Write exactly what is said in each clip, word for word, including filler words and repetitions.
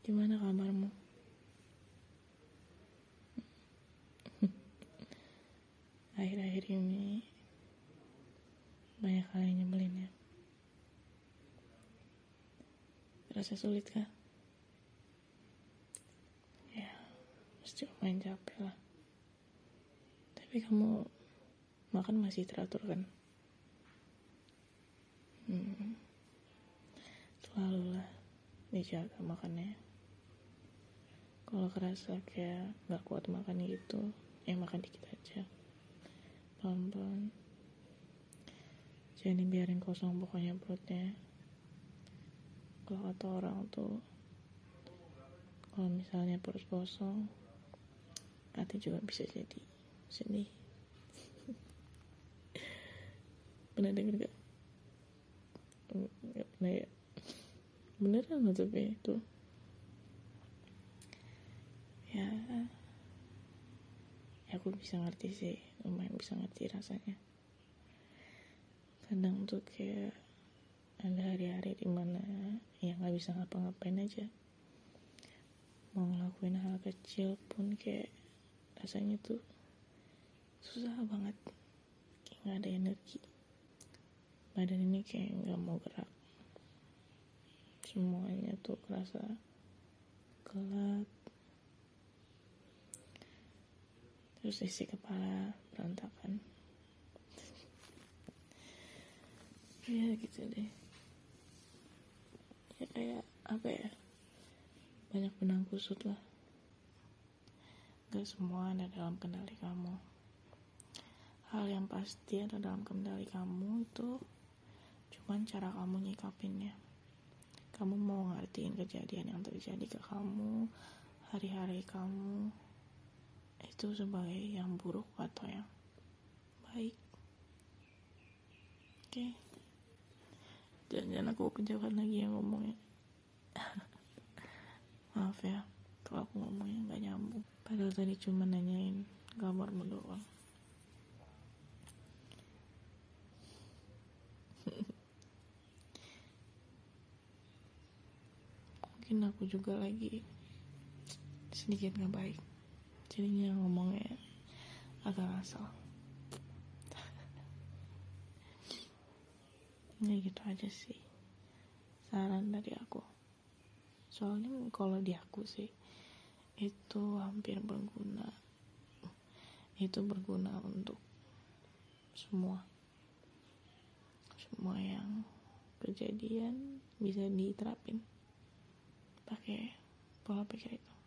Gimana kabarmu? Akhir-akhir ini banyak hal yang nyebelin ya. Rasa sulit kah? Ya, pasti main capek lah. Tapi kamu makan masih teratur kan? Hmm, selalu lah dijaga makannya. Kalau kerasa kayak gak kuat makan gitu, ya makan dikit aja, pelan-pelan. Jangan biarin kosong pokoknya perutnya. Kalau kata orang tuh, kalau misalnya perut kosong, hati juga bisa jadi sedih. Pernah denger gak? Gak pernah ya? Beneran loh tapi itu. Ya, ya aku bisa ngerti sih, lumayan bisa ngerti rasanya. Kadang tuh kayak ada hari-hari dimana ya nggak bisa ngapa-ngapain aja. Mau ngelakuin hal kecil pun kayak rasanya tuh susah banget, kayak nggak ada energi. Badan ini kayak nggak mau gerak. Semuanya tuh kerasa gelap. Terus isi kepala berantakan. Ya gitu deh. Ya kayak apa ya, banyak benang kusut lah. Gak semua ada dalam kendali kamu. Hal yang pasti ada dalam kendali kamu itu cuman cara kamu nyikapinnya. Kamu mau ngertiin kejadian yang terjadi ke kamu, hari-hari kamu itu sebagai yang buruk atau yang baik. Oke okay. Jangan-jangan aku pejabat lagi yang ngomongnya. Maaf ya kalau aku ngomongnya gak nyambung. Padahal tadi cuma nanyain kabarmu doang. Mungkin aku juga lagi sedikit gak baik, jadinya ngomongnya agak ngasal. Ya gitu aja sih saran dari aku. Soalnya kalau di aku sih itu hampir berguna. Itu berguna untuk semua. Semua yang kejadian bisa diterapin pakai pola pikir itu.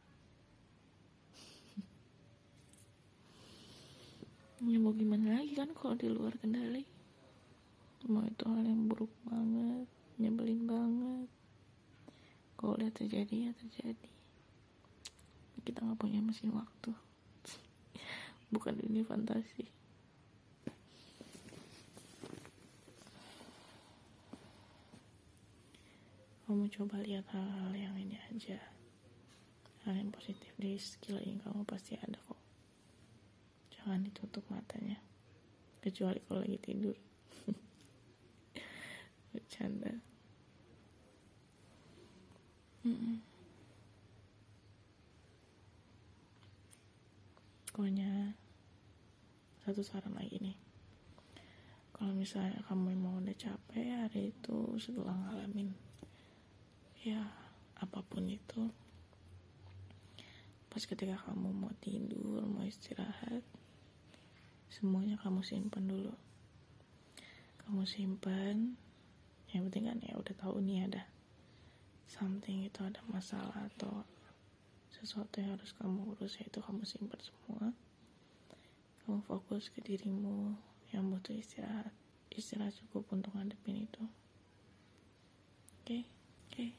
Ya mau gimana lagi kan kalau di luar kendali. Mau itu hal yang buruk banget, nyebelin banget, kalau udah terjadi ya terjadi. Kita gak punya mesin waktu. Bukan dunia fantasi. Kamu coba lihat hal-hal yang ini aja. Hal yang positif di sekeliling kamu pasti ada kok. Jangan ditutup matanya. Kecuali kalau lagi tidur. Bercanda. Mm-mm. Pokoknya satu saran lagi nih. Kalau misalnya kamu mau udah capek hari itu setelah ngalamin ya apapun itu, pas ketika kamu mau tidur, mau istirahat, semuanya kamu simpan dulu. Kamu simpan. Yang penting kan ya udah tahu nih ada something, itu ada masalah atau sesuatu yang harus kamu urus, yaitu kamu simpan semua. Kamu fokus ke dirimu yang butuh istirahat. Istirahat cukup untuk ngadepin itu. Oke, okay? oke. Okay.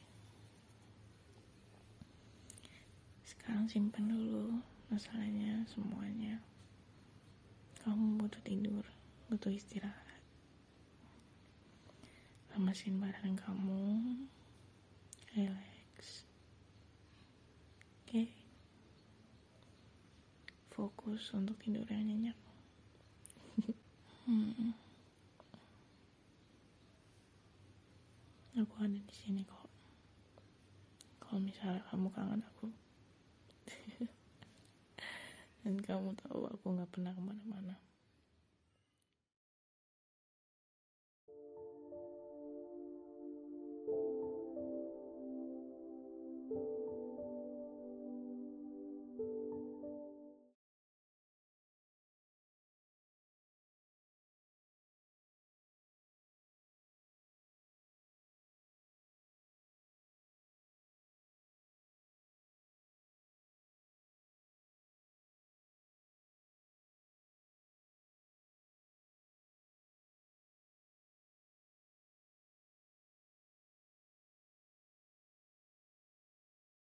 Sekarang simpan dulu masalahnya semuanya. Kamu butuh tidur, butuh istirahat. Lemasin badan kamu, relax. Oke, okay. Fokus untuk tidur yang nyenyak. hmm. Aku ada di sini kok. kalau misalnya kamu kangen aku. Dan kamu tahu aku gak pernah kemana-mana.